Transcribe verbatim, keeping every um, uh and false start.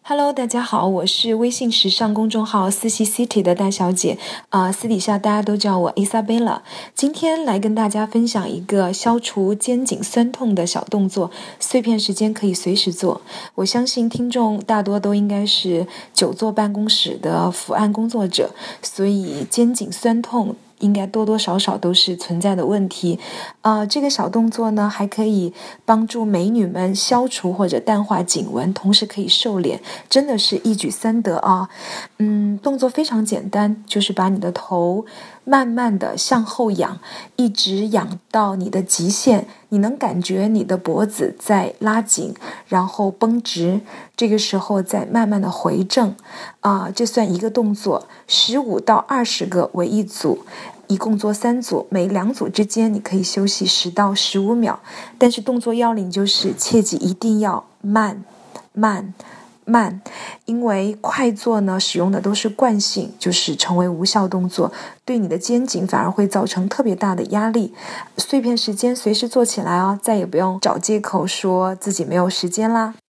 Hello，大家好，我是微信时尚公众号思琪 City 的大小姐，啊、呃，私底下大家都叫我 Isabella。今天来跟大家分享一个消除肩颈酸痛的小动作，碎片时间可以随时做。我相信听众大多都应该是久坐办公室的伏案工作者，所以肩颈酸痛应该多多少少都是存在的问题，呃，这个小动作呢，还可以帮助美女们消除或者淡化颈纹，同时可以瘦脸，真的是一举三得啊！嗯，动作非常简单，就是把你的头慢慢的向后仰，一直仰到你的极限，你能感觉你的脖子在拉紧，然后绷直，这个时候再慢慢的回正，啊、呃，这算一个动作，十五到二十个为一组。一共做三组，每两组之间你可以休息十到十五秒，但是动作要领就是切记一定要慢慢慢，因为快做呢使用的都是惯性，就是成为无效动作，对你的肩颈反而会造成特别大的压力。碎片时间随时做起来哦，再也不用找借口说自己没有时间啦。